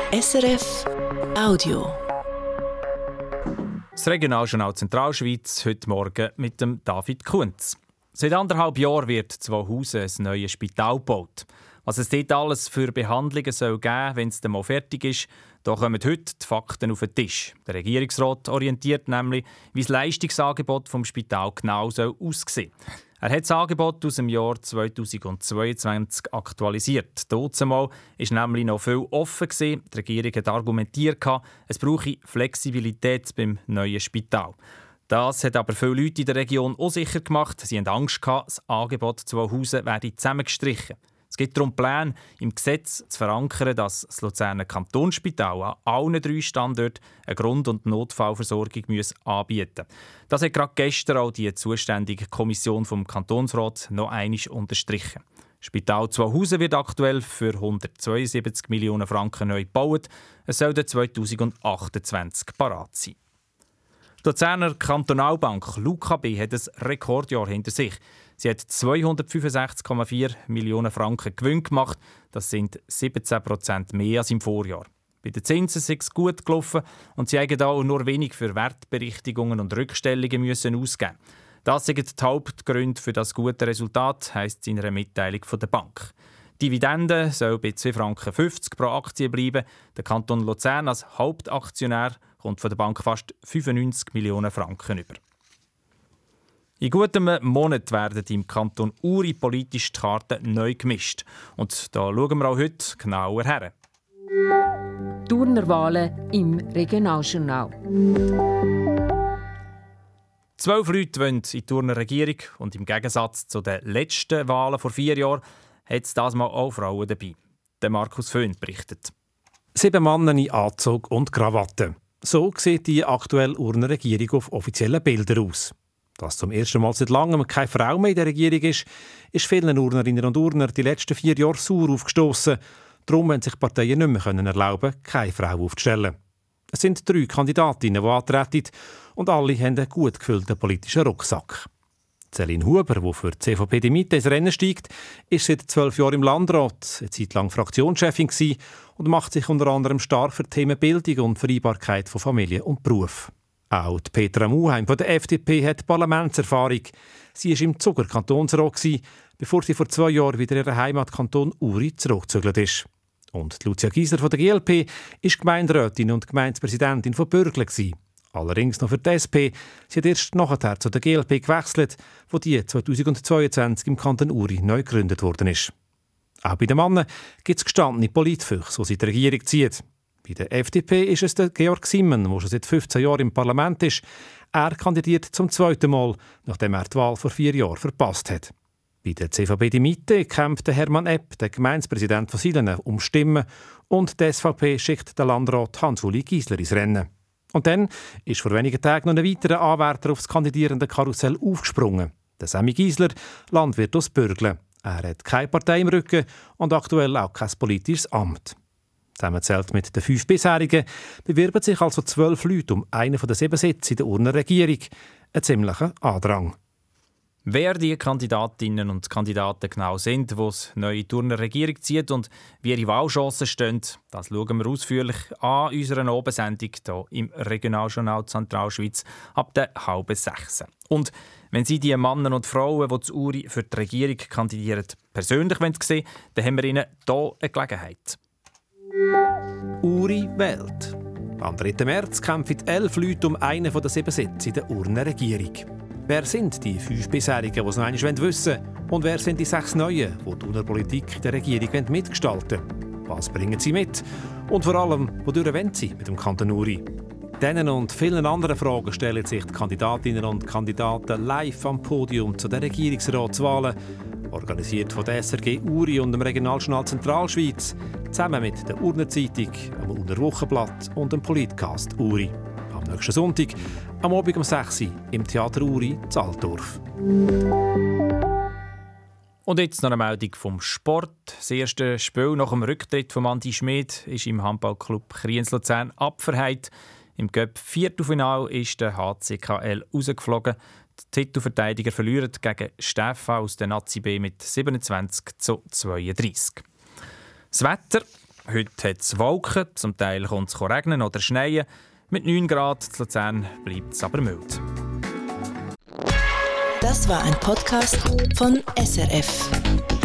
SRF Audio. Das Regionaljournal Zentralschweiz heute Morgen mit dem David Kunz. Seit 1,5 Jahren wird in Zwauhausen ein neues Spital gebaut. Was es dort alles für Behandlungen soll geben, wenn es dann mal fertig ist, da kommen heute die Fakten auf den Tisch. Der Regierungsrat orientiert nämlich, wie das Leistungsangebot vom Spital genau aussehen soll. Er hat das Angebot aus dem Jahr 2022 aktualisiert. Dazumal war nämlich noch viel offen. Die Regierung hat argumentiert, es brauche Flexibilität beim neuen Spital. Das hat aber viele Leute in der Region unsicher gemacht. Sie hatten Angst, das Angebot Zwauhausen werde zusammengestrichen. Es gibt darum Pläne, im Gesetz zu verankern, dass das Luzerner Kantonsspital an allen 3 Standorten eine Grund- und Notfallversorgung anbieten muss. Das hat gerade gestern auch die zuständige Kommission vom Kantonsrat noch einmal unterstrichen. Das Spital Zwauhausen wird aktuell für 172 Millionen Franken neu gebaut. Es soll 2028 parat sein. Die Luzerner Kantonalbank (LUKB) hat ein Rekordjahr hinter sich. Sie hat 265,4 Millionen Franken Gewinn gemacht. Das sind 17% mehr als im Vorjahr. Bei den Zinsen ist es gut gelaufen und sie mussten auch nur wenig für Wertberichtigungen und Rückstellungen ausgeben. Das sind die Hauptgründe für das gute Resultat, heisst es in einer Mitteilung von der Bank. Die Dividende soll bei 2,50 Franken pro Aktie bleiben. Der Kanton Luzern als Hauptaktionär kommt von der Bank fast 95 Millionen Franken über. In gutem Monat werden im Kanton Uri politisch die Karten neu gemischt. Und da schauen wir auch heute genauer her. Turnerwahlen im Regionaljournal. 12 Leute wollen in die Turner Regierung und im Gegensatz zu den letzten Wahlen vor 4 Jahren hat es dieses Mal auch Frauen dabei. Der Markus Föhn berichtet. 7 Männer in Anzug und Krawatte. So sieht die aktuelle Urner Regierung auf offiziellen Bildern aus. Dass zum ersten Mal seit langem keine Frau mehr in der Regierung ist vielen Urnerinnen und Urner die letzten 4 Jahre sauer aufgestossen. Darum wollen sich Parteien nicht mehr erlauben, keine Frau aufzustellen. Es sind 3 Kandidatinnen, die antreten und alle haben einen gut gefüllten politischen Rucksack. Céline Huber, die für die CVP die Mitte ins Rennen steigt, ist seit 12 Jahren im Landrat, eine Zeit lang Fraktionschefin gewesen und macht sich unter anderem stark für Themen Bildung und Vereinbarkeit von Familie und Beruf. Auch die Petra Muheim von der FDP hat Parlamentserfahrung. Sie war im Zuger Kantonsrat, bevor sie vor 2 Jahren wieder in ihren Heimatkanton Uri zurückgezögert ist. Und Lucia Giesler von der GLP ist Gemeinderätin und Gemeindepräsidentin von Bürgle. Allerdings noch für die SP. Sie hat erst nachher zu der GLP gewechselt, wo die 2022 im Kanton Uri neu gegründet worden ist. Auch bei den Männern gibt es gestandene Politfüchse, die sie in die Regierung ziehen. Bei der FDP ist es der Georg Simmen, der schon seit 15 Jahren im Parlament ist. Er kandidiert zum 2. Mal, nachdem er die Wahl vor 4 Jahren verpasst hat. Bei der CVP Die Mitte kämpft Hermann Epp, der Gemeindepräsident von Silene, um Stimmen und die SVP schickt den Landrat Hans-Uli Giesler ins Rennen. Und dann ist vor wenigen Tagen noch ein weiterer Anwärter aufs kandidierende Karussell aufgesprungen. Der Sammy Giesler, Landwirt aus Bürgle. Er hat keine Partei im Rücken und aktuell auch kein politisches Amt. Zusammengezählt mit den 5 bisherigen bewerben sich also 12 Leute um einen der 7 Sitze in der Urner Regierung. Ein ziemlicher Andrang. Wer die Kandidatinnen und Kandidaten genau sind, die die neue Turner Regierung zieht und wie ihre Wahlchancen stehen, das schauen wir ausführlich an unserer Abendsendung hier im Regionaljournal Zentralschweiz ab der 5:30. Und wenn Sie die Männer und Frauen, die zu Uri für die Regierung kandidieren, persönlich sehen wollen, dann haben wir Ihnen hier eine Gelegenheit. Uri wählt. Am 3. März kämpfen 11 Leute um einen der 7 Sitze in der Urner Regierung. Wer sind die 5 bisherigen, die es noch einmal wissen wollen? Und wer sind die 6 Neuen, die die Urner Politik der Regierung mitgestalten wollen? Was bringen sie mit? Und vor allem, wodurch wollen sie mit dem Kanton Uri? Diesen und vielen anderen Fragen stellen sich die Kandidatinnen und Kandidaten live am Podium zu den Regierungsratswahlen, organisiert von der SRG Uri und dem Regionaljournal Zentralschweiz, zusammen mit der Urner Zeitung, dem Urner Wochenblatt und dem Politcast Uri. Am nächsten Sonntag, am Abend um 6 Uhr, im Theater Uri in Altdorf. Und jetzt noch eine Meldung vom Sport. Das erste Spiel nach dem Rücktritt von Andi Schmid ist im Handballclub Kriens-Luzern abverheilt. Im Cup-Viertelfinale ist der HCKL rausgeflogen. Die Titelverteidiger verlieren gegen Stefan aus der Nazi B mit 27:32. Das Wetter. Heute hat es Wolken, zum Teil kommt es regnen oder schneien. Mit 9 Grad in Luzern bleibt es aber mild. Das war ein Podcast von SRF.